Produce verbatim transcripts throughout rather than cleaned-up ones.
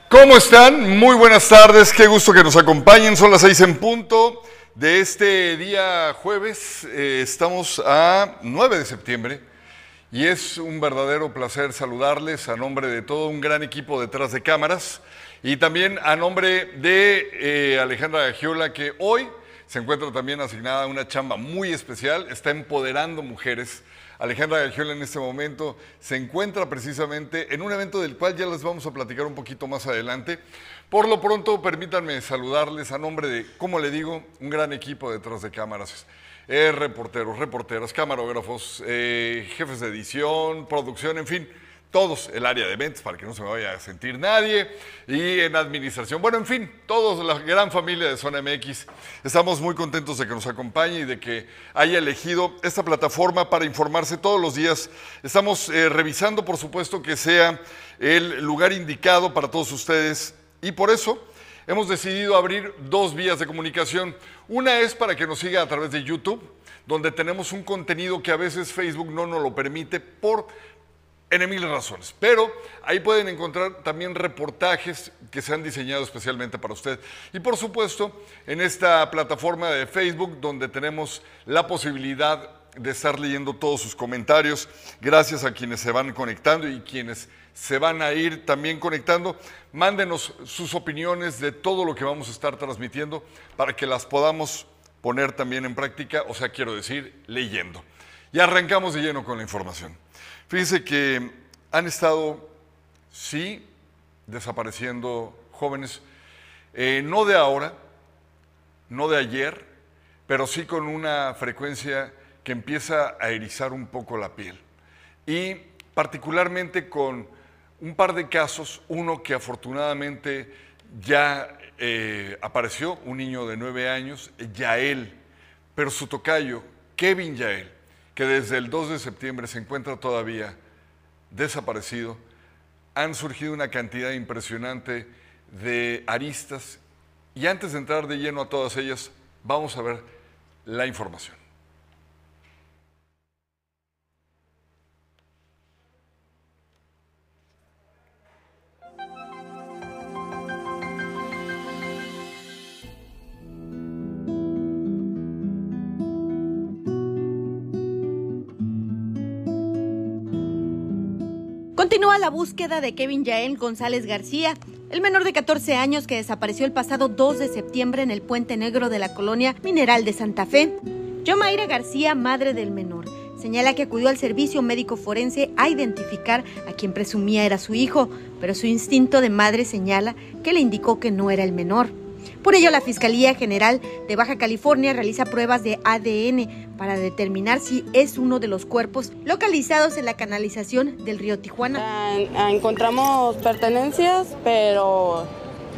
¿Cómo están? Muy buenas tardes, qué gusto que nos acompañen. Son las seis en punto de este día jueves. Eh, estamos a nueve de septiembre y es un verdadero placer saludarles a nombre de todo un gran equipo detrás de cámaras y también a nombre de eh, Alejandra Gagiola, que hoy se encuentra también asignada a una chamba muy especial, está empoderando mujeres. Alejandra Gagiola en este momento se encuentra precisamente en un evento del cual ya les vamos a platicar un poquito más adelante. Por lo pronto, permítanme saludarles a nombre de, como le digo, un gran equipo detrás de cámaras. Eh, reporteros, reporteras, camarógrafos, eh, jefes de edición, producción, en fin, todos, el área de ventas, para que no se me vaya a sentir nadie, y en administración, bueno, en fin, todos, la gran familia de Zona M X, estamos muy contentos de que nos acompañe y de que haya elegido esta plataforma para informarse todos los días. Estamos eh, revisando, por supuesto, que sea el lugar indicado para todos ustedes, y por eso hemos decidido abrir dos vías de comunicación. Una es para que nos siga a través de YouTube, donde tenemos un contenido que a veces Facebook no nos lo permite por en mil razones, pero ahí pueden encontrar también reportajes que se han diseñado especialmente para usted. Y por supuesto, en esta plataforma de Facebook, donde tenemos la posibilidad de estar leyendo todos sus comentarios, gracias a quienes se van conectando y quienes se van a ir también conectando. Mándenos sus opiniones de todo lo que vamos a estar transmitiendo para que las podamos poner también en práctica, o sea, quiero decir, leyendo. Y arrancamos de lleno con la información. Fíjense que han estado, sí, desapareciendo jóvenes, eh, no de ahora, no de ayer, pero sí con una frecuencia que empieza a erizar un poco la piel. Y particularmente con un par de casos, uno que afortunadamente ya eh, apareció, un niño de nueve años, Yael, pero su tocayo, Kevin Yael, que desde el dos de septiembre se encuentra todavía desaparecido. Han surgido una cantidad impresionante de aristas y antes de entrar de lleno a todas ellas, vamos a ver la información. Continúa la búsqueda de Kevin Yael González García, el menor de catorce años que desapareció el pasado dos de septiembre en el Puente Negro de la colonia Mineral de Santa Fe. Yomaira García, madre del menor, señala que acudió al servicio médico forense a identificar a quien presumía era su hijo, pero su instinto de madre señala que le indicó que no era el menor. Por ello, la Fiscalía General de Baja California realiza pruebas de A D N para determinar si es uno de los cuerpos localizados en la canalización del río Tijuana. Encontramos pertenencias, pero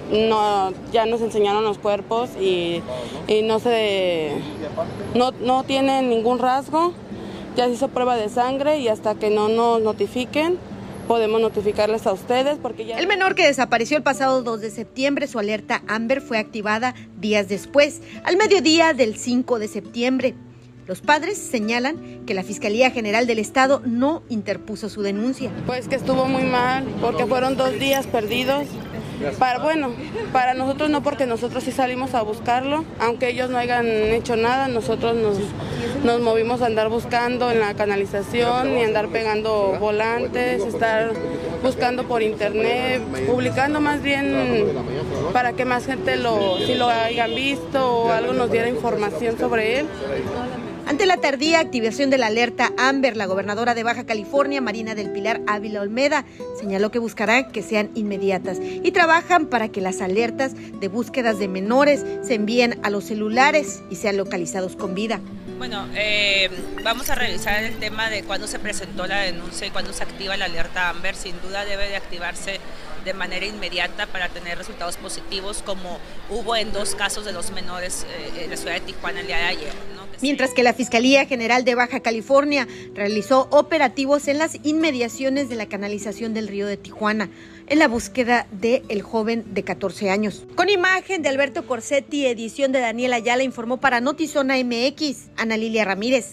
no, ya nos enseñaron los cuerpos y, y no, se, no, no tienen ningún rasgo. Ya se hizo prueba de sangre y hasta que no nos notifiquen, podemos notificarles a ustedes porque ya... El menor que desapareció el pasado dos de septiembre, su alerta Amber fue activada días después, al mediodía del cinco de septiembre. Los padres señalan que la Fiscalía General del Estado no interpuso su denuncia. Pues que estuvo muy mal, porque fueron dos días perdidos. Para, bueno, para nosotros no, porque nosotros sí salimos a buscarlo, aunque ellos no hayan hecho nada, nosotros nos, nos movimos a andar buscando en la canalización y andar pegando volantes, estar buscando por internet, publicando más bien para que más gente lo, si lo hayan visto o algo nos diera información sobre él. Ante la tardía activación de la alerta Amber, la gobernadora de Baja California, Marina del Pilar Ávila Olmeda, señaló que buscará que sean inmediatas y trabajan para que las alertas de búsquedas de menores se envíen a los celulares y sean localizados con vida. Bueno, eh, vamos a revisar el tema de cuándo se presentó la denuncia y cuándo se activa la alerta Amber. Sin duda debe de activarse de manera inmediata para tener resultados positivos, como hubo en dos casos de los menores eh, en la ciudad de Tijuana el día de ayer, ¿no? Mientras que la Fiscalía General de Baja California realizó operativos en las inmediaciones de la canalización del río de Tijuana en la búsqueda del joven de catorce años. Con imagen de Alberto Corsetti, edición de Daniel Ayala, informó para Notizona M X, Ana Lilia Ramírez.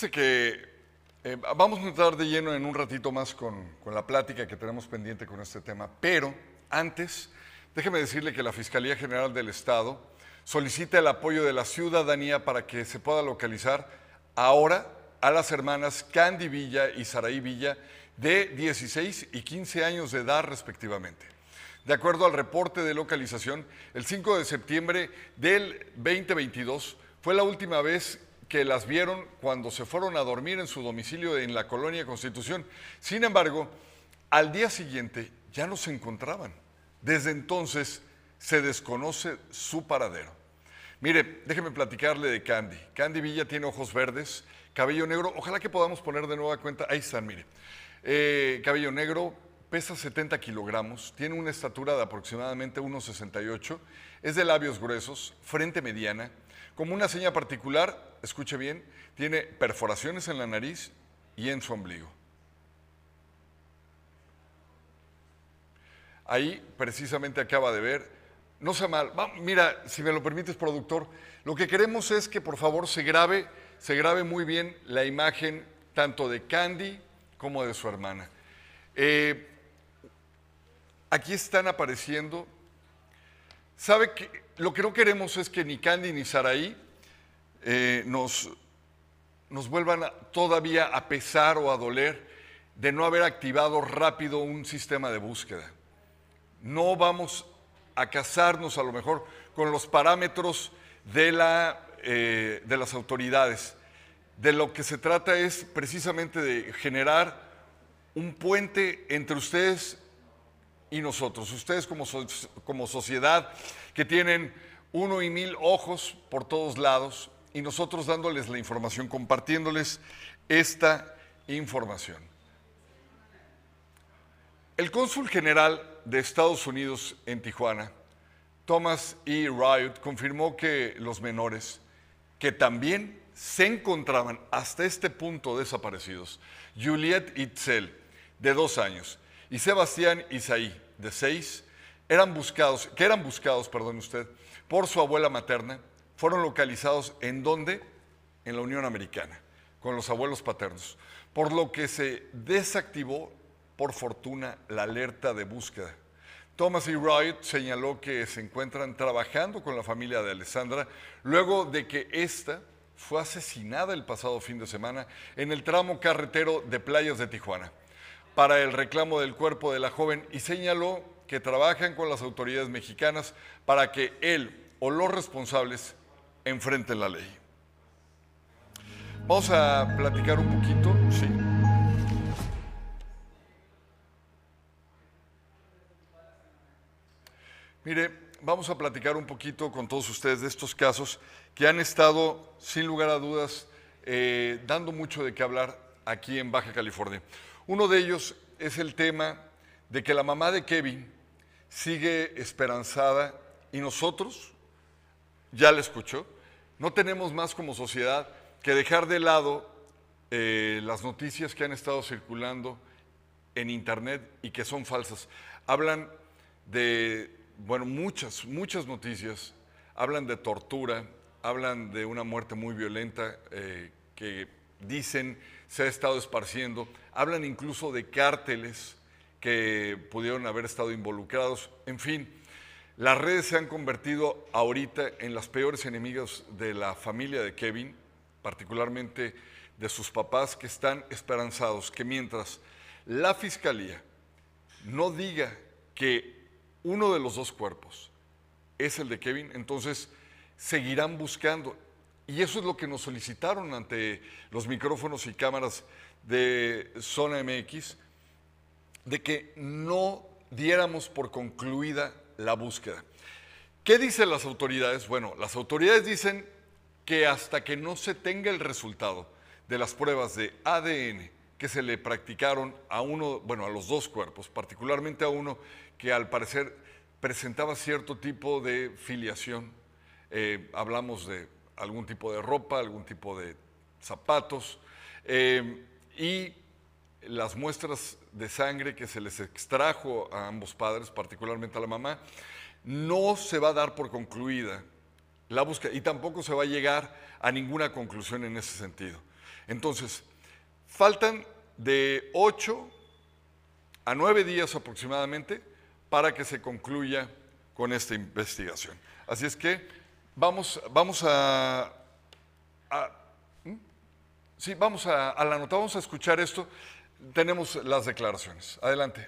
fíjese que eh, vamos a entrar de lleno en un ratito más con, con la plática que tenemos pendiente con este tema, pero antes, déjeme decirle que la Fiscalía General del Estado solicita el apoyo de la ciudadanía para que se pueda localizar ahora a las hermanas Candy Villa y Saraí Villa, de dieciséis y quince años de edad respectivamente. De acuerdo al reporte de localización, el cinco de septiembre del veinte veintidós fue la última vez que las vieron cuando se fueron a dormir en su domicilio en la colonia Constitución. Sin embargo, al día siguiente ya no se encontraban. Desde entonces se desconoce su paradero. Mire, déjeme platicarle de Candy. Candy Villa tiene ojos verdes, cabello negro. Ojalá que podamos poner de nueva cuenta. Ahí están, mire. Eh, cabello negro, pesa setenta kilogramos, tiene una estatura de aproximadamente uno sesenta y ocho, es de labios gruesos, frente mediana. Como una seña particular, escuche bien, tiene perforaciones en la nariz y en su ombligo. Ahí precisamente acaba de ver, no sea mal, va, mira, si me lo permites, productor, lo que queremos es que por favor se grabe, se grabe muy bien la imagen tanto de Candy como de su hermana. Eh, aquí están apareciendo. ¿Sabe que lo que no queremos es que ni Candy ni Saraí eh, nos, nos vuelvan a, todavía a pesar o a doler de no haber activado rápido un sistema de búsqueda? No vamos a casarnos a lo mejor con los parámetros de, la, eh, de las autoridades. De lo que se trata es precisamente de generar un puente entre ustedes y nosotros. Ustedes como, so, como sociedad que tienen uno y mil ojos por todos lados y nosotros dándoles la información, compartiéndoles esta información. El cónsul general de Estados Unidos en Tijuana, Thomas E. Riot, confirmó que los menores, que también se encontraban hasta este punto desaparecidos, Juliet Itzel, de dos años, y Sebastián Isaí, de seis, eran buscados, que eran buscados, perdón usted, por su abuela materna, fueron localizados ¿en dónde? En la Unión Americana, con los abuelos paternos, por lo que se desactivó, por fortuna, la alerta de búsqueda. Thomas E. Riot señaló que se encuentran trabajando con la familia de Alessandra luego de que ésta fue asesinada el pasado fin de semana en el tramo carretero de Playas de Tijuana para el reclamo del cuerpo de la joven y señaló que trabajan con las autoridades mexicanas para que él o los responsables enfrenten la ley. Vamos a platicar un poquito, sí. Mire, vamos a platicar un poquito con todos ustedes de estos casos que han estado, sin lugar a dudas, eh, dando mucho de qué hablar aquí en Baja California. Uno de ellos es el tema de que la mamá de Kevin sigue esperanzada y nosotros, ya la escuchó, no tenemos más como sociedad que dejar de lado eh, las noticias que han estado circulando en internet y que son falsas. Hablan de... Bueno, muchas, muchas noticias hablan de tortura, hablan de una muerte muy violenta eh, que dicen se ha estado esparciendo, hablan incluso de cárteles que pudieron haber estado involucrados. En fin, las redes se han convertido ahorita en las peores enemigas de la familia de Kevin, particularmente de sus papás, que están esperanzados que mientras la Fiscalía no diga que uno de los dos cuerpos es el de Kevin, entonces seguirán buscando. Y eso es lo que nos solicitaron ante los micrófonos y cámaras de Zona M X, de que no diéramos por concluida la búsqueda. ¿Qué dicen las autoridades? Bueno, las autoridades dicen que hasta que no se tenga el resultado de las pruebas de A D N que se le practicaron a uno, bueno, a los dos cuerpos, particularmente a uno que al parecer presentaba cierto tipo de filiación. Eh, hablamos de algún tipo de ropa, algún tipo de zapatos, eh, y las muestras de sangre que se les extrajo a ambos padres, particularmente a la mamá, no se va a dar por concluida la búsqueda y tampoco se va a llegar a ninguna conclusión en ese sentido. Entonces, faltan de ocho a nueve días aproximadamente para que se concluya con esta investigación. Así es que vamos, vamos a, a ¿hmm? sí, vamos a, a la nota, vamos a escuchar esto. Tenemos las declaraciones. Adelante.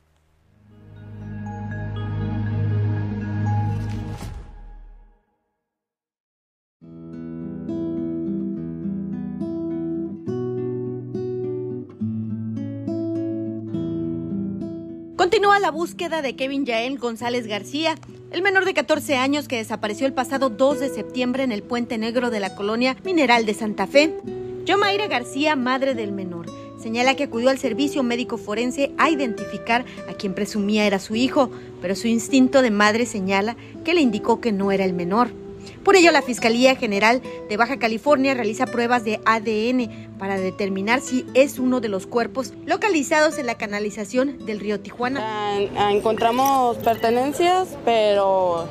Continúa la búsqueda de Kevin Yael González García, el menor de catorce años que desapareció el pasado dos de septiembre en el Puente Negro de la colonia Mineral de Santa Fe. Yomaira García, madre del menor, señala que acudió al servicio médico forense a identificar a quien presumía era su hijo, pero su instinto de madre señala que le indicó que no era el menor. Por ello, la Fiscalía General de Baja California realiza pruebas de A D N para determinar si es uno de los cuerpos localizados en la canalización del río Tijuana. Encontramos pertenencias, pero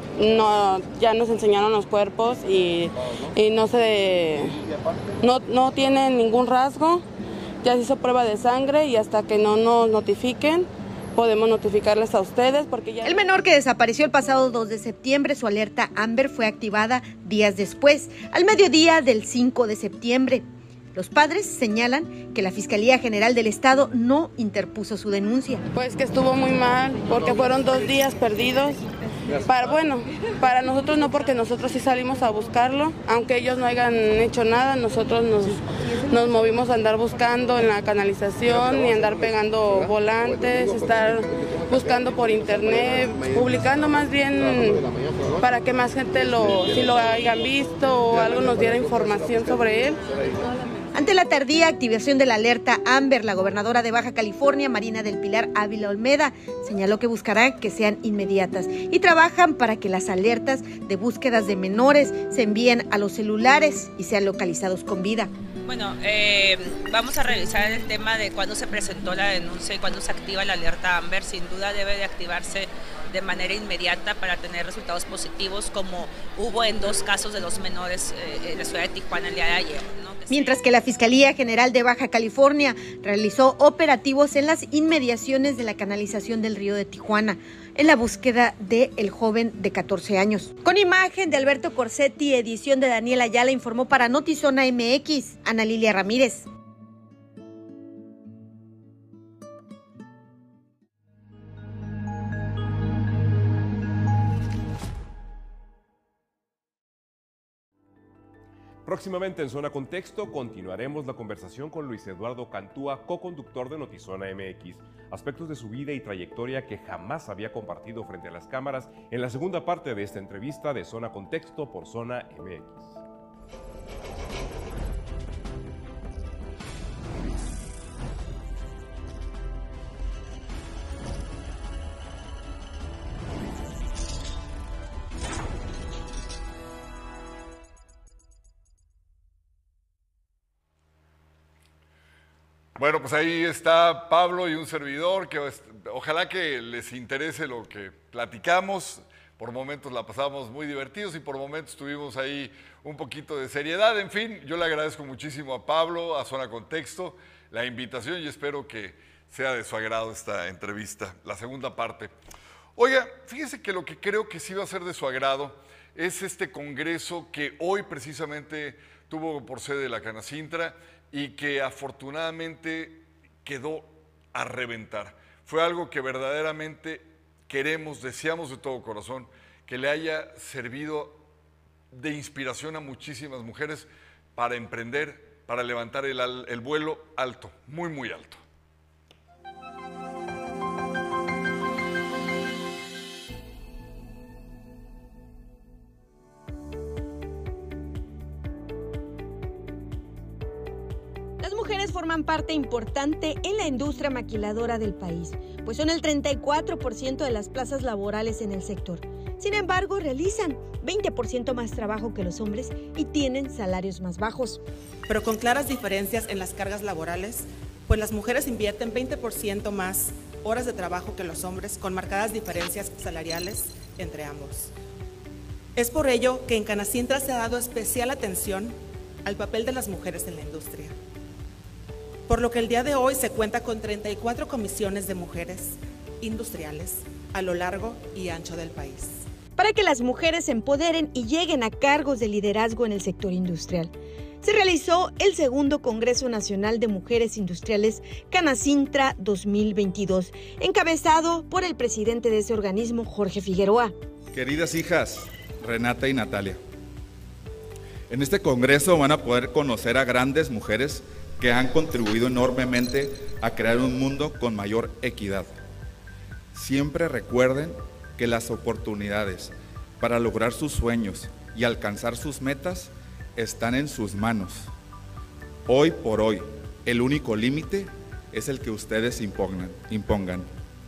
no, ya nos enseñaron los cuerpos y, y no, se, no, no tienen ningún rasgo. Ya se hizo prueba de sangre y hasta que no nos notifiquen, podemos notificarles a ustedes porque ya... El menor que desapareció el pasado dos de septiembre, su alerta Amber fue activada días después, al mediodía del cinco de septiembre. Los padres señalan que la Fiscalía General del Estado no interpuso su denuncia. Pues que estuvo muy mal porque fueron dos días perdidos. Para, bueno, para nosotros no, porque nosotros sí salimos a buscarlo, aunque ellos no hayan hecho nada, nosotros nos, nos movimos a andar buscando en la canalización y andar pegando volantes, estar buscando por internet, publicando más bien para que más gente lo, si lo hayan visto o algo nos diera información sobre él. Ante la tardía activación de la alerta Amber, la gobernadora de Baja California, Marina del Pilar Ávila Olmeda, señaló que buscará que sean inmediatas y trabajan para que las alertas de búsquedas de menores se envíen a los celulares y sean localizados con vida. Bueno, eh, vamos a revisar el tema de cuándo se presentó la denuncia y cuándo se activa la alerta Amber. Sin duda debe de activarse de manera inmediata para tener resultados positivos, como hubo en dos casos de los menores eh, en la ciudad de Tijuana el día de ayer, ¿no? Mientras que la Fiscalía General de Baja California realizó operativos en las inmediaciones de la canalización del río de Tijuana en la búsqueda del joven de catorce años. Con imagen de Alberto Corsetti, edición de Daniel Ayala, informó para Notizona M X, Ana Lilia Ramírez. Próximamente en Zona Contexto continuaremos la conversación con Luis Eduardo Cantúa, co-conductor de Notizona M X, aspectos de su vida y trayectoria que jamás había compartido frente a las cámaras en la segunda parte de esta entrevista de Zona Contexto por Zona M X. Bueno, pues ahí está Pablo y un servidor, que ojalá que les interese lo que platicamos. Por momentos la pasamos muy divertidos y por momentos tuvimos ahí un poquito de seriedad. En fin, yo le agradezco muchísimo a Pablo, a Zona Contexto, la invitación y espero que sea de su agrado esta entrevista, la segunda parte. Oiga, fíjese que lo que creo que sí va a ser de su agrado es este congreso que hoy precisamente tuvo por sede la Canacintra y que afortunadamente quedó a reventar. Fue algo que verdaderamente queremos, deseamos de todo corazón, que le haya servido de inspiración a muchísimas mujeres para emprender, para levantar el, el vuelo alto, muy, muy alto. Las mujeres forman parte importante en la industria maquiladora del país, pues son el treinta y cuatro por ciento de las plazas laborales en el sector. Sin embargo, realizan veinte por ciento más trabajo que los hombres y tienen salarios más bajos. Pero con claras diferencias en las cargas laborales, pues las mujeres invierten veinte por ciento más horas de trabajo que los hombres, con marcadas diferencias salariales entre ambos. Es por ello que en Canacintra se ha dado especial atención al papel de las mujeres en la industria. Por lo que el día de hoy se cuenta con treinta y cuatro comisiones de mujeres industriales a lo largo y ancho del país. Para que las mujeres se empoderen y lleguen a cargos de liderazgo en el sector industrial, se realizó el segundo Congreso Nacional de Mujeres Industriales Canacintra dos mil veintidós, encabezado por el presidente de ese organismo, Jorge Figueroa. Queridas hijas, Renata y Natalia, en este congreso van a poder conocer a grandes mujeres que han contribuido enormemente a crear un mundo con mayor equidad. Siempre recuerden que las oportunidades para lograr sus sueños y alcanzar sus metas están en sus manos. Hoy por hoy, el único límite es el que ustedes impongan, impongan.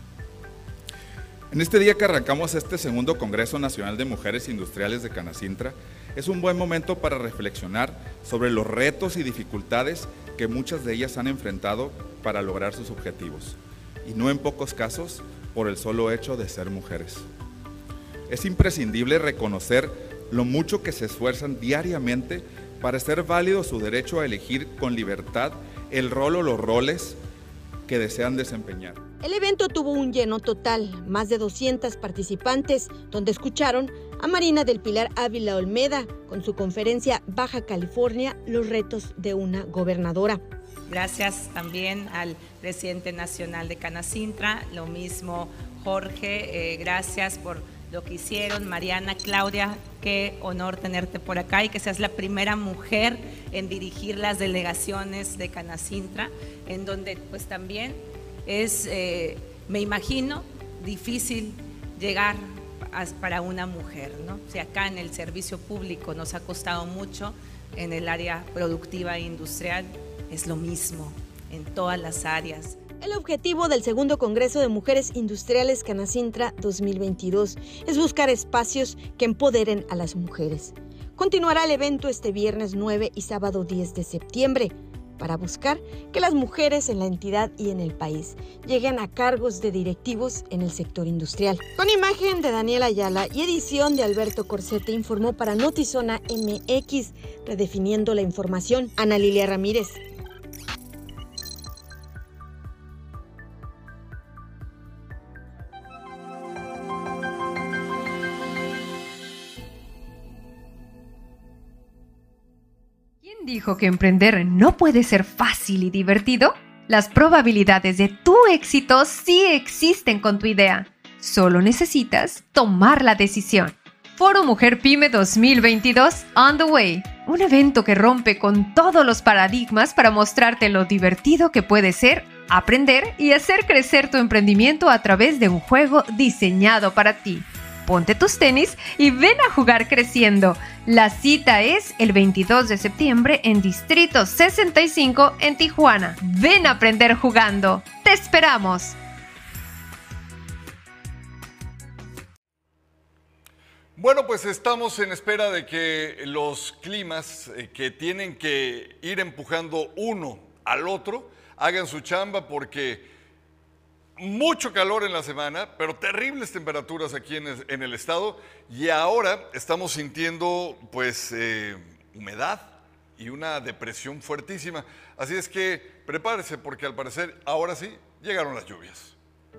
En este día que arrancamos este segundo Congreso Nacional de Mujeres Industriales de Canacintra, es un buen momento para reflexionar sobre los retos y dificultades que muchas de ellas han enfrentado para lograr sus objetivos, y no en pocos casos por el solo hecho de ser mujeres. Es imprescindible reconocer lo mucho que se esfuerzan diariamente para hacer válido su derecho a elegir con libertad el rol o los roles que desean desempeñar. El evento tuvo un lleno total, más de doscientas participantes, donde escucharon a Marina del Pilar Ávila Olmeda con su conferencia Baja California, los retos de una gobernadora. Gracias también al presidente nacional de Canacintra, lo mismo Jorge, eh, gracias por lo que hicieron. Mariana, Claudia, qué honor tenerte por acá y que seas la primera mujer en dirigir las delegaciones de Canacintra, en donde pues también es, eh, me imagino, difícil llegar a, para una mujer, ¿no? Si acá en el servicio público nos ha costado mucho, en el área productiva e industrial es lo mismo, en todas las áreas. El objetivo del segundo Congreso de Mujeres Industriales Canacintra dos mil veintidós es buscar espacios que empoderen a las mujeres. Continuará el evento este viernes nueve y sábado diez de septiembre para buscar que las mujeres en la entidad y en el país lleguen a cargos de directivos en el sector industrial. Con imagen de Daniela Ayala y edición de Alberto Corsete, informó para Notizona M X, redefiniendo la información, Ana Lilia Ramírez. ¿Dijo que emprender no puede ser fácil y divertido? Las probabilidades de tu éxito sí existen con tu idea. Solo necesitas tomar la decisión. Foro Mujer Pyme dos mil veintidós On the Way. Un evento que rompe con todos los paradigmas para mostrarte lo divertido que puede ser aprender y hacer crecer tu emprendimiento a través de un juego diseñado para ti. Ponte tus tenis y ven a jugar creciendo. La cita es el veintidós de septiembre en Distrito sesenta y cinco en Tijuana. Ven a aprender jugando. ¡Te esperamos! Bueno, pues estamos en espera de que los climas eh, que tienen que ir empujando uno al otro hagan su chamba, porque mucho calor en la semana, pero terribles temperaturas aquí en el, en el estado, y ahora estamos sintiendo pues eh, humedad y una depresión fuertísima. Así es que prepárese, porque al parecer ahora sí llegaron las lluvias.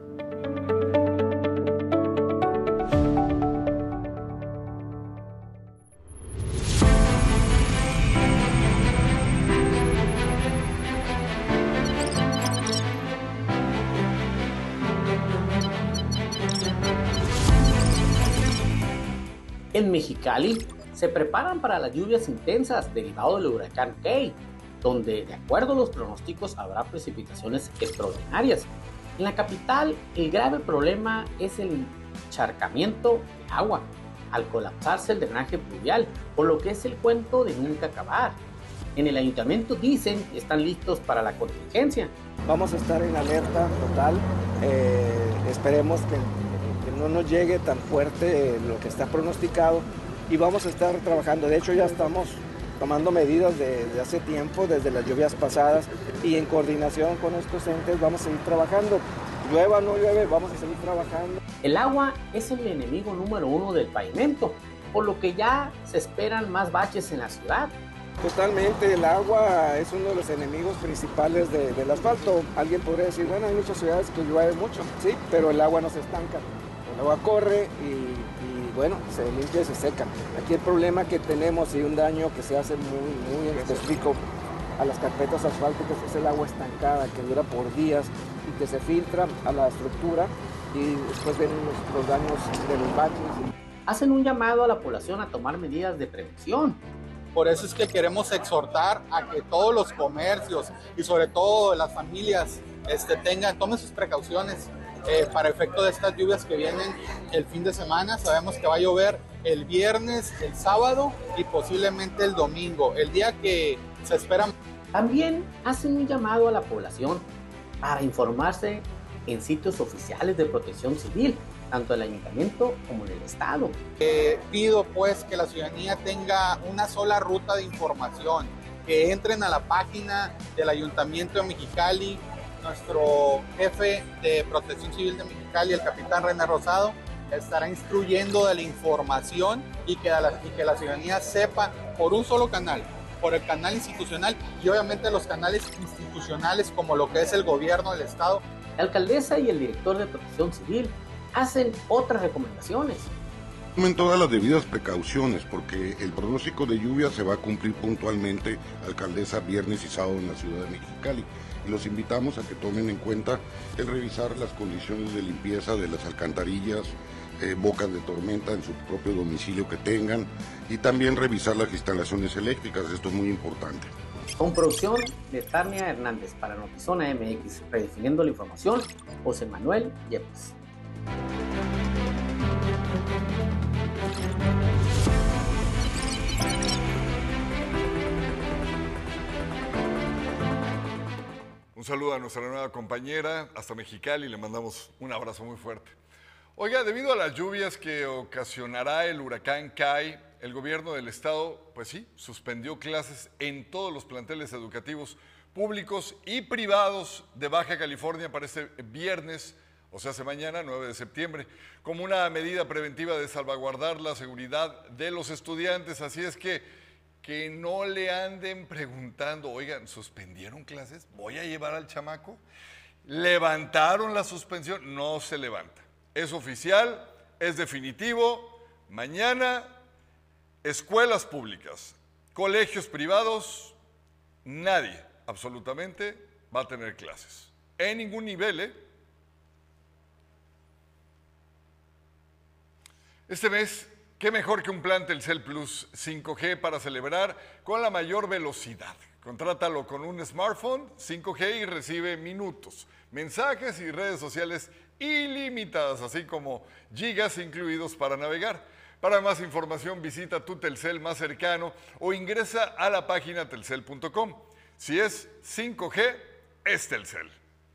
En Mexicali se preparan para las lluvias intensas derivado del huracán Kay, donde de acuerdo a los pronósticos habrá precipitaciones extraordinarias. En la capital el grave problema es el encharcamiento de agua al colapsarse el drenaje pluvial, por lo que es el cuento de nunca acabar. En el ayuntamiento dicen que están listos para la contingencia. Vamos a estar en alerta total, eh, esperemos que no nos llegue tan fuerte lo que está pronosticado, y vamos a estar trabajando. De hecho, ya estamos tomando medidas de, de hace tiempo, desde las lluvias pasadas, y en coordinación con estos entes vamos a seguir trabajando. Llueva o no llueve, vamos a seguir trabajando. El agua es el enemigo número uno del pavimento, por lo que ya se esperan más baches en la ciudad. Totalmente, el agua es uno de los enemigos principales de, del asfalto. Alguien podría decir, bueno, hay muchas ciudades que llueve mucho, sí, pero el agua no se estanca. El agua corre y, y bueno, se limpia y se seca. Aquí el problema que tenemos y un daño que se hace muy, muy específico a las carpetas asfálticas es el agua estancada que dura por días y que se filtra a la estructura y después vienen los, los daños de los baches. Hacen un llamado a la población a tomar medidas de prevención. Por eso es que queremos exhortar a que todos los comercios y sobre todo las familias este, tengan, tomen sus precauciones eh, para efecto de estas lluvias que vienen el fin de semana. Sabemos que va a llover el viernes, el sábado y posiblemente el domingo, el día que se espera. También hacen un llamado a la población para informarse en sitios oficiales de Protección Civil, tanto del ayuntamiento como del estado. Eh, pido pues que la ciudadanía tenga una sola ruta de información, que entren a la página del Ayuntamiento de Mexicali. Nuestro jefe de Protección Civil de Mexicali, el capitán René Rosado, estará instruyendo de la información y que la, y que la ciudadanía sepa por un solo canal, por el canal institucional y obviamente los canales institucionales como lo que es el gobierno del estado. La alcaldesa y el director de Protección Civil hacen otras recomendaciones. Tomen todas las debidas precauciones porque el pronóstico de lluvia se va a cumplir puntualmente, alcaldesa, viernes y sábado en la ciudad de Mexicali. Y los invitamos a que tomen en cuenta el revisar las condiciones de limpieza de las alcantarillas, eh, bocas de tormenta en su propio domicilio que tengan y también revisar las instalaciones eléctricas, esto es muy importante. Con producción de Tania Hernández para Notizona M X, redefiniendo la información, José Manuel Yepes. Un saludo a nuestra nueva compañera hasta Mexicali, le mandamos un abrazo muy fuerte. Oiga, debido a las lluvias que ocasionará el huracán Kai, el gobierno del estado, pues sí, suspendió clases en todos los planteles educativos públicos y privados de Baja California para este viernes, o sea, hace mañana, nueve de septiembre, como una medida preventiva de salvaguardar la seguridad de los estudiantes. Así es que, que no le anden preguntando, oigan, ¿suspendieron clases? ¿Voy a llevar al chamaco? ¿Levantaron la suspensión? No se levanta. Es oficial, es definitivo. Mañana, escuelas públicas, colegios privados, nadie, absolutamente, va a tener clases. En ningún nivel, ¿eh? Este mes, qué mejor que un plan Telcel Plus cinco G para celebrar con la mayor velocidad. Contrátalo con un smartphone cinco G y recibe minutos, mensajes y redes sociales ilimitadas, así como gigas incluidos para navegar. Para más información visita tu Telcel más cercano o ingresa a la página telcel punto com. Si es cinco G, es Telcel.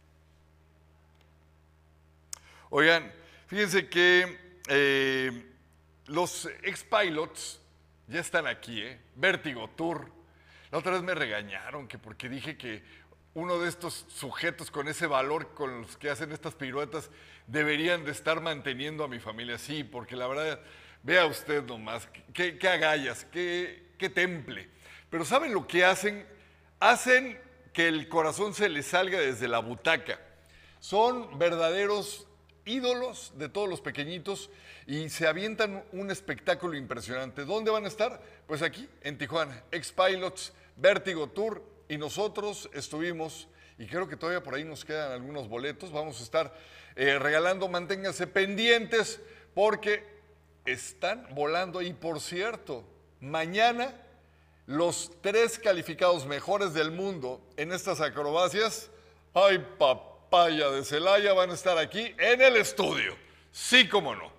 Oigan, fíjense que eh, los ex-pilots ya están aquí, ¿eh? Vértigo Tour. La otra vez me regañaron que porque dije que uno de estos sujetos con ese valor con los que hacen estas piruetas deberían de estar manteniendo a mi familia. Sí, porque la verdad, vea usted nomás, qué, qué agallas, qué, qué temple. Pero ¿saben lo que hacen? Hacen que el corazón se les salga desde la butaca. Son verdaderos ídolos de todos los pequeñitos y se avientan un espectáculo impresionante. ¿Dónde van a estar? Pues aquí, en Tijuana. Ex-Pilots, Vértigo Tour, y nosotros estuvimos, y creo que todavía por ahí nos quedan algunos boletos, vamos a estar eh, regalando, manténganse pendientes, porque están volando. Y por cierto, mañana los tres calificados mejores del mundo en estas acrobacias, ¡ay, papaya de Celaya!, van a estar aquí en el estudio. Sí, cómo no.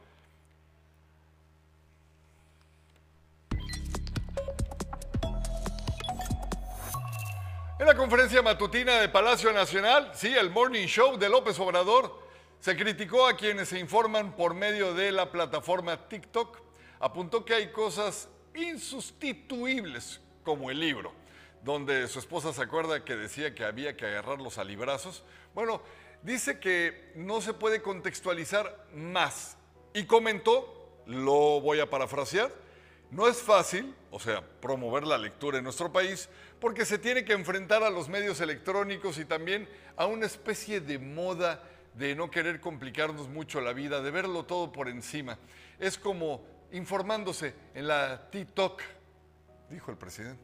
En la conferencia matutina de Palacio Nacional, sí, el Morning Show de López Obrador, se criticó a quienes se informan por medio de la plataforma TikTok. Apuntó que hay cosas insustituibles, como el libro, donde su esposa se acuerda que decía que había que agarrarlos a librazos. Bueno, dice que no se puede contextualizar más y comentó, lo voy a parafrasear, No es fácil, o sea, promover la lectura en nuestro país, porque se tiene que enfrentar a los medios electrónicos y también a una especie de moda de no querer complicarnos mucho la vida, de verlo todo por encima. Es como informándose en la TikTok, dijo el presidente.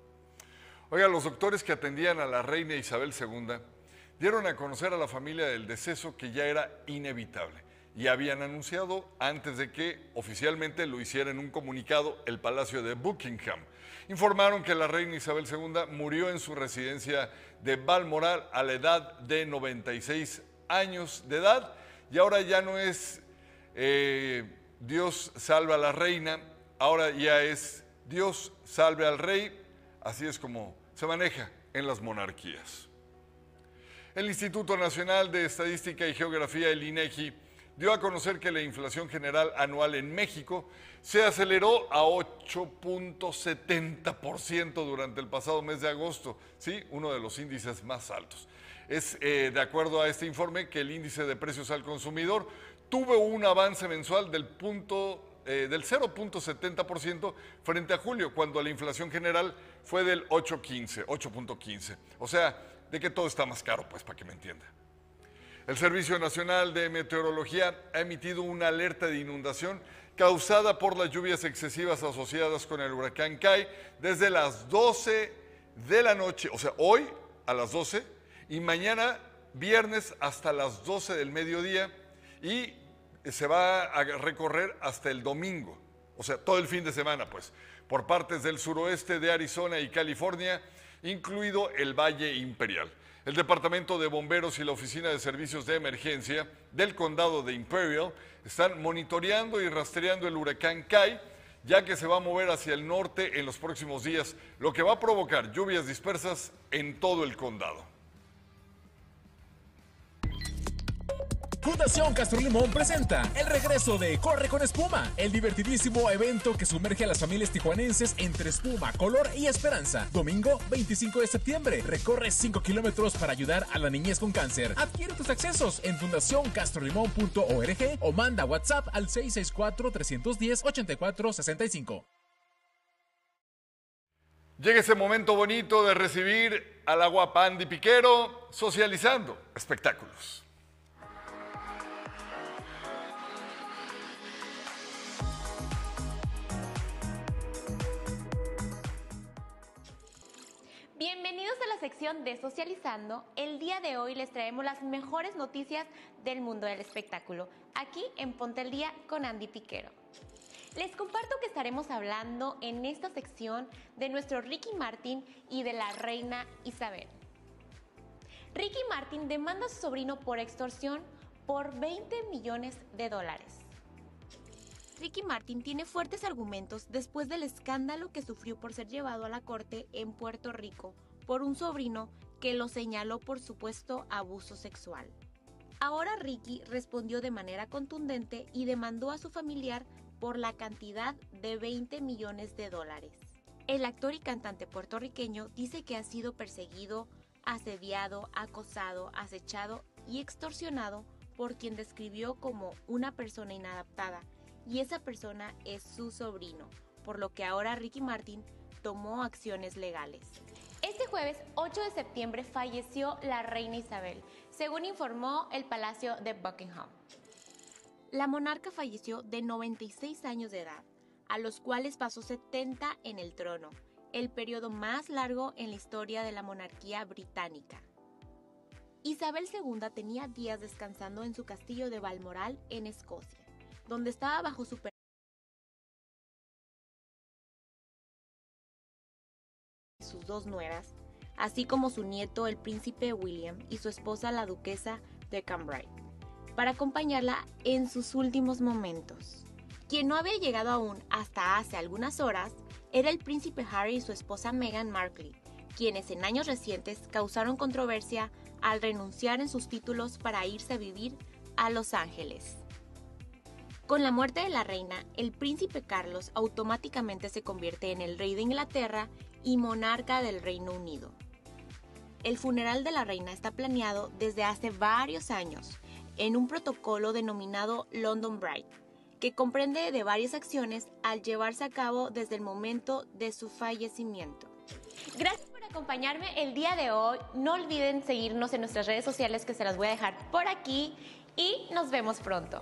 Oiga, los doctores que atendían a la reina Isabel segunda dieron a conocer a la familia del deceso que ya era inevitable y habían anunciado antes de que oficialmente lo hiciera en un comunicado el Palacio de Buckingham. Informaron que la reina Isabel segunda murió en su residencia de Balmoral a la edad de noventa y seis años de edad y ahora ya no es eh, Dios salve a la reina, ahora ya es Dios salve al rey, así es como se maneja en las monarquías. El Instituto Nacional de Estadística y Geografía, el INEGI, dio a conocer que la inflación general anual en México se aceleró a ocho punto setenta por ciento durante el pasado mes de agosto, ¿sí? Uno de los índices más altos. Es eh, de acuerdo a este informe que el índice de precios al consumidor tuvo un avance mensual del, punto, eh, del cero punto setenta por ciento frente a julio, cuando la inflación general fue del ocho punto quince. O sea, de que todo está más caro, pues, para que me entienda. El Servicio Nacional de Meteorología ha emitido una alerta de inundación causada por las lluvias excesivas asociadas con el huracán Kai desde las doce de la noche, o sea, hoy a las doce y mañana viernes hasta las doce del mediodía y se va a recorrer hasta el domingo, o sea, todo el fin de semana, pues, por partes del suroeste de Arizona y California, incluido el Valle Imperial. El Departamento de Bomberos y la Oficina de Servicios de Emergencia del Condado de Imperial están monitoreando y rastreando el huracán Kai, ya que se va a mover hacia el norte en los próximos días, lo que va a provocar lluvias dispersas en todo el condado. Fundación Castro Limón presenta el regreso de Corre con Espuma, el divertidísimo evento que sumerge a las familias tijuanenses entre espuma, color y esperanza. Domingo veinticinco de septiembre, recorre cinco kilómetros para ayudar a la niñez con cáncer. Adquiere tus accesos en fundación castro limón punto org o manda WhatsApp al seis seis cuatro, tres uno cero, ocho cuatro seis cinco. Llega ese momento bonito de recibir a la guapa Andy Piquero socializando espectáculos. Bienvenidos a la sección de Socializando. El día de hoy les traemos las mejores noticias del mundo del espectáculo, aquí en Ponte al Día con Andy Piquero. Les comparto que estaremos hablando en esta sección de nuestro Ricky Martin y de la reina Isabel. Ricky Martin demanda a su sobrino por extorsión por veinte millones de dólares. Ricky Martin tiene fuertes argumentos después del escándalo que sufrió por ser llevado a la corte en Puerto Rico por un sobrino que lo señaló por supuesto abuso sexual. Ahora Ricky respondió de manera contundente y demandó a su familiar por la cantidad de veinte millones de dólares. El actor y cantante puertorriqueño dice que ha sido perseguido, asediado, acosado, acechado y extorsionado por quien describió como una persona inadaptada, y esa persona es su sobrino, por lo que ahora Ricky Martin tomó acciones legales. Este jueves ocho de septiembre falleció la reina Isabel, según informó el Palacio de Buckingham. La monarca falleció de noventa y seis años de edad, a los cuales pasó setenta en el trono, el periodo más largo en la historia de la monarquía británica. Isabel segunda tenía días descansando en su castillo de Balmoral, en Escocia, donde estaba bajo su sus dos nueras, así como su nieto el príncipe William y su esposa la duquesa de Cambridge, para acompañarla en sus últimos momentos. Quien no había llegado aún hasta hace algunas horas era el príncipe Harry y su esposa Meghan Markle, quienes en años recientes causaron controversia al renunciar en sus títulos para irse a vivir a Los Ángeles. Con la muerte de la reina, el príncipe Carlos automáticamente se convierte en el rey de Inglaterra y monarca del Reino Unido. El funeral de la reina está planeado desde hace varios años en un protocolo denominado London Bride, que comprende de varias acciones al llevarse a cabo desde el momento de su fallecimiento. Gracias por acompañarme el día de hoy. No olviden seguirnos en nuestras redes sociales, que se las voy a dejar por aquí, y nos vemos pronto.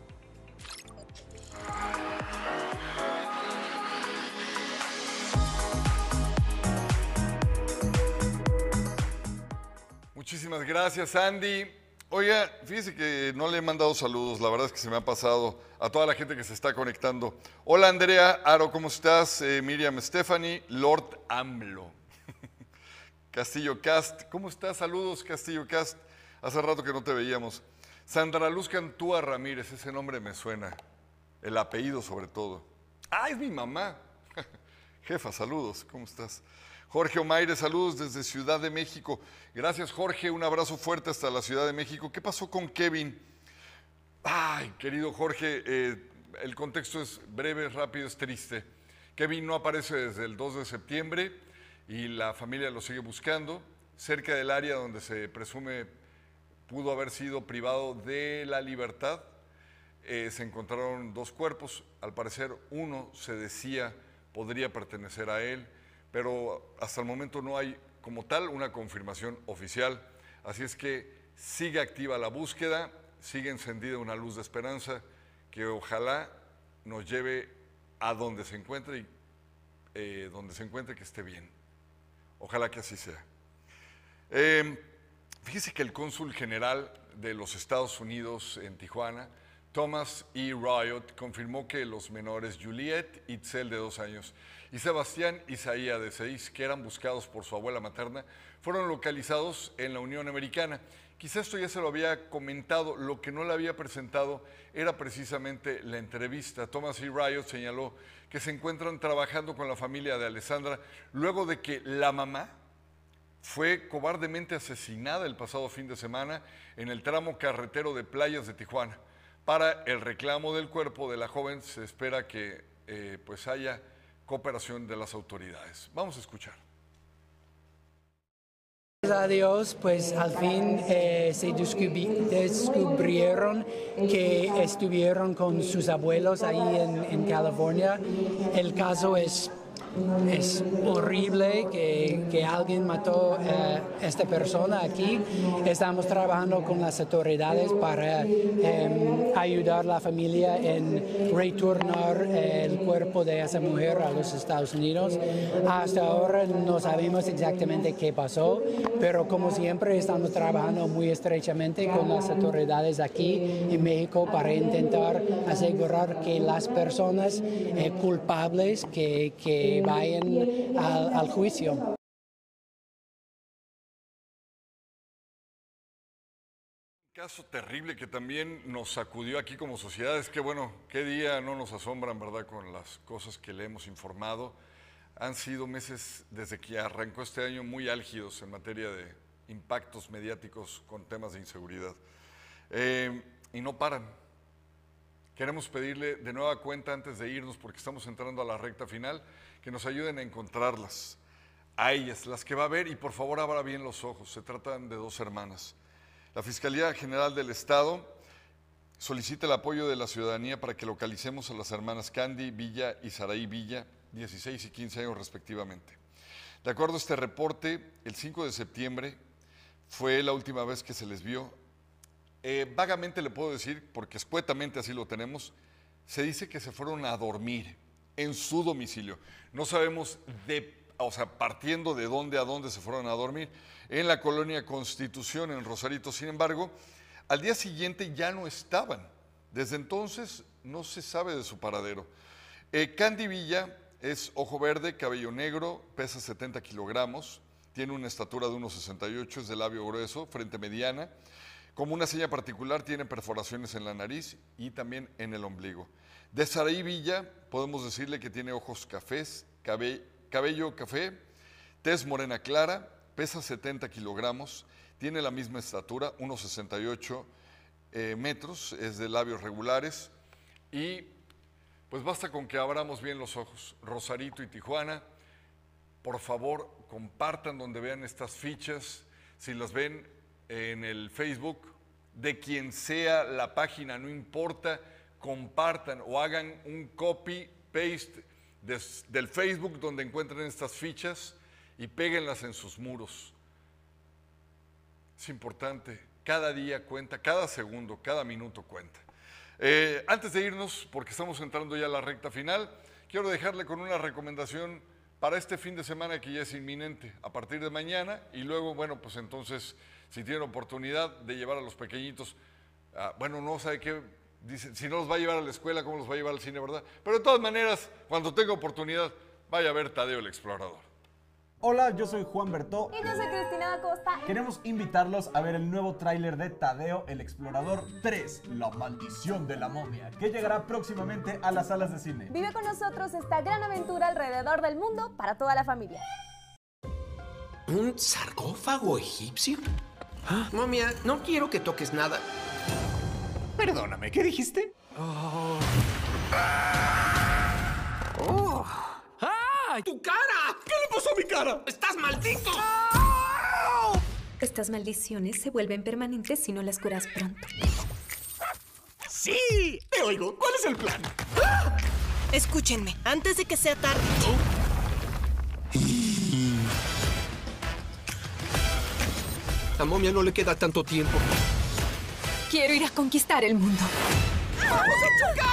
Muchísimas gracias, Andy. Oiga, fíjese que no le he mandado saludos, la verdad es que se me ha pasado a toda la gente que se está conectando. Hola, Andrea, Aro, ¿cómo estás? Eh, Miriam Stephanie, Lord AMLO. Castillo Cast, ¿cómo estás? Saludos, Castillo Cast. Hace rato que no te veíamos. Sandra Luz Cantúa Ramírez, ese nombre me suena. El apellido sobre todo. Ah, es mi mamá. Jefa, saludos, ¿cómo estás? Jorge Omaire, saludos desde Ciudad de México. Gracias, Jorge, un abrazo fuerte hasta la Ciudad de México. ¿Qué pasó con Kevin? Ay, querido Jorge, eh, el contexto es breve, rápido, es triste. Kevin no aparece desde el dos de septiembre y la familia lo sigue buscando. Cerca del área donde se presume pudo haber sido privado de la libertad, eh, se encontraron dos cuerpos. Al parecer, uno se decía podría pertenecer a él, pero hasta el momento no hay como tal una confirmación oficial. Así es que sigue activa la búsqueda, sigue encendida una luz de esperanza que ojalá nos lleve a donde se encuentre y eh, donde se encuentre que esté bien. Ojalá que así sea. Eh, fíjese que el cónsul general de los Estados Unidos en Tijuana, Thomas E. Riot, confirmó que los menores Juliet Itzel, de dos años, y Sebastián Isaía, de seis, que eran buscados por su abuela materna, fueron localizados en la Unión Americana. Quizá esto ya se lo había comentado, lo que no le había presentado era precisamente la entrevista. Thomas E. Riot señaló que se encuentran trabajando con la familia de Alessandra luego de que la mamá fue cobardemente asesinada el pasado fin de semana en el tramo carretero de Playas de Tijuana. Para el reclamo del cuerpo de la joven se espera que eh, pues haya cooperación de las autoridades. Vamos a escuchar. Gracias a Dios, pues al fin eh, se descubri descubrieron que estuvieron con sus abuelos ahí en, en California. El caso es, es horrible que, que alguien mató a esta persona aquí. Estamos trabajando con las autoridades para eh, ayudar a la familia en retornar el cuerpo de esa mujer a los Estados Unidos. Hasta ahora no sabemos exactamente qué pasó, pero como siempre estamos trabajando muy estrechamente con las autoridades aquí en México para intentar asegurar que las personas eh, culpables que, que vayan al, al juicio. Caso terrible que también nos sacudió aquí como sociedad. Es que bueno, qué día no nos asombran, ¿verdad?, con las cosas que le hemos informado. Han sido meses desde que arrancó este año muy álgidos en materia de impactos mediáticos con temas de inseguridad. Eh, y no paran. Queremos pedirle de nueva cuenta antes de irnos, porque estamos entrando a la recta final, que nos ayuden a encontrarlas, a ellas, las que va a ver, y por favor abra bien los ojos. Se tratan de dos hermanas. La Fiscalía General del Estado solicita el apoyo de la ciudadanía para que localicemos a las hermanas Candy Villa y Saraí Villa, dieciséis y quince años respectivamente. De acuerdo a este reporte, el cinco de septiembre fue la última vez que se les vio. Eh, vagamente le puedo decir, porque escuetamente así lo tenemos, se dice que se fueron a dormir en su domicilio. No sabemos de, o sea, partiendo de dónde a dónde se fueron a dormir, en la colonia Constitución, en Rosarito. Sin embargo, al día siguiente ya no estaban. Desde entonces no se sabe de su paradero. Eh, Candy Villa es ojo verde, cabello negro, pesa setenta kilogramos, tiene una estatura de uno sesenta y ocho, es de labio grueso, frente mediana. Como una seña particular, tiene perforaciones en la nariz y también en el ombligo. De Saraí Villa, podemos decirle que tiene ojos cafés, cabe, cabello café, tez morena clara, pesa setenta kilogramos, tiene la misma estatura, uno sesenta y ocho eh, metros, es de labios regulares y pues basta con que abramos bien los ojos. Rosarito y Tijuana, por favor, compartan donde vean estas fichas. Si las ven en el Facebook, de quien sea la página, no importa, compartan o hagan un copy-paste de, del Facebook donde encuentren estas fichas y péguenlas en sus muros. Es importante, cada día cuenta, cada segundo, cada minuto cuenta. Eh, antes de irnos, porque estamos entrando ya a la recta final, quiero dejarle con una recomendación para este fin de semana que ya es inminente, a partir de mañana, y luego, bueno, pues entonces, si tienen oportunidad de llevar a los pequeñitos, ah, bueno, no sabe qué, dice, si no los va a llevar a la escuela, ¿cómo los va a llevar al cine, verdad? Pero de todas maneras, cuando tenga oportunidad, vaya a ver Tadeo el Explorador. Hola, yo soy Juan Bertó. Y yo soy Cristina Acosta. Queremos invitarlos a ver el nuevo tráiler de Tadeo el Explorador tres, La Maldición de la Momia, que llegará próximamente a las salas de cine. Vive con nosotros esta gran aventura alrededor del mundo para toda la familia. ¿Un sarcófago egipcio? ¿Ah? Momia, no quiero que toques nada. Perdóname, ¿qué dijiste? Oh. Oh. ¡Ay! ¡Tu cara! ¿Qué le pasó a mi cara? ¡Estás maldito! Estas maldiciones se vuelven permanentes si no las curas pronto. ¡Sí! Te oigo. ¿Cuál es el plan? Escúchenme, antes de que sea tarde. A Momia no le queda tanto tiempo. Quiero ir a conquistar el mundo. ¡Vamos a chocar!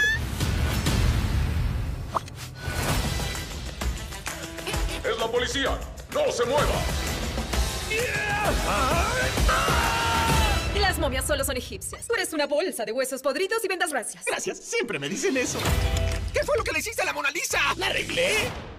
¡Es la policía! ¡No se mueva! Las momias solo son egipcias. Tú eres una bolsa de huesos podridos y vendas racias. Gracias, siempre me dicen eso. ¿Qué fue lo que le hiciste a la Mona Lisa? ¿La arreglé?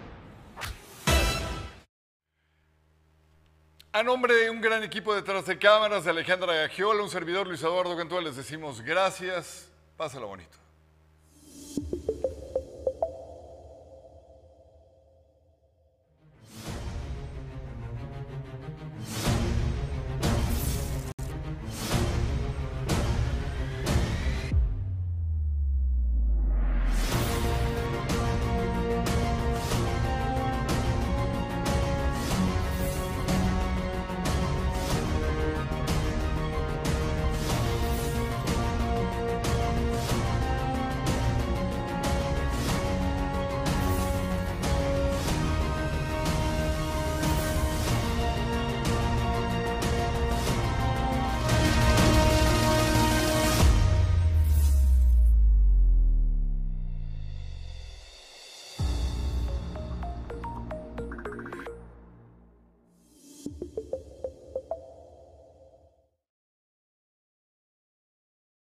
A nombre de un gran equipo detrás de cámaras, de Alejandra Gagiola, un servidor Luis Eduardo Cantúa, les decimos gracias. Pásala bonito.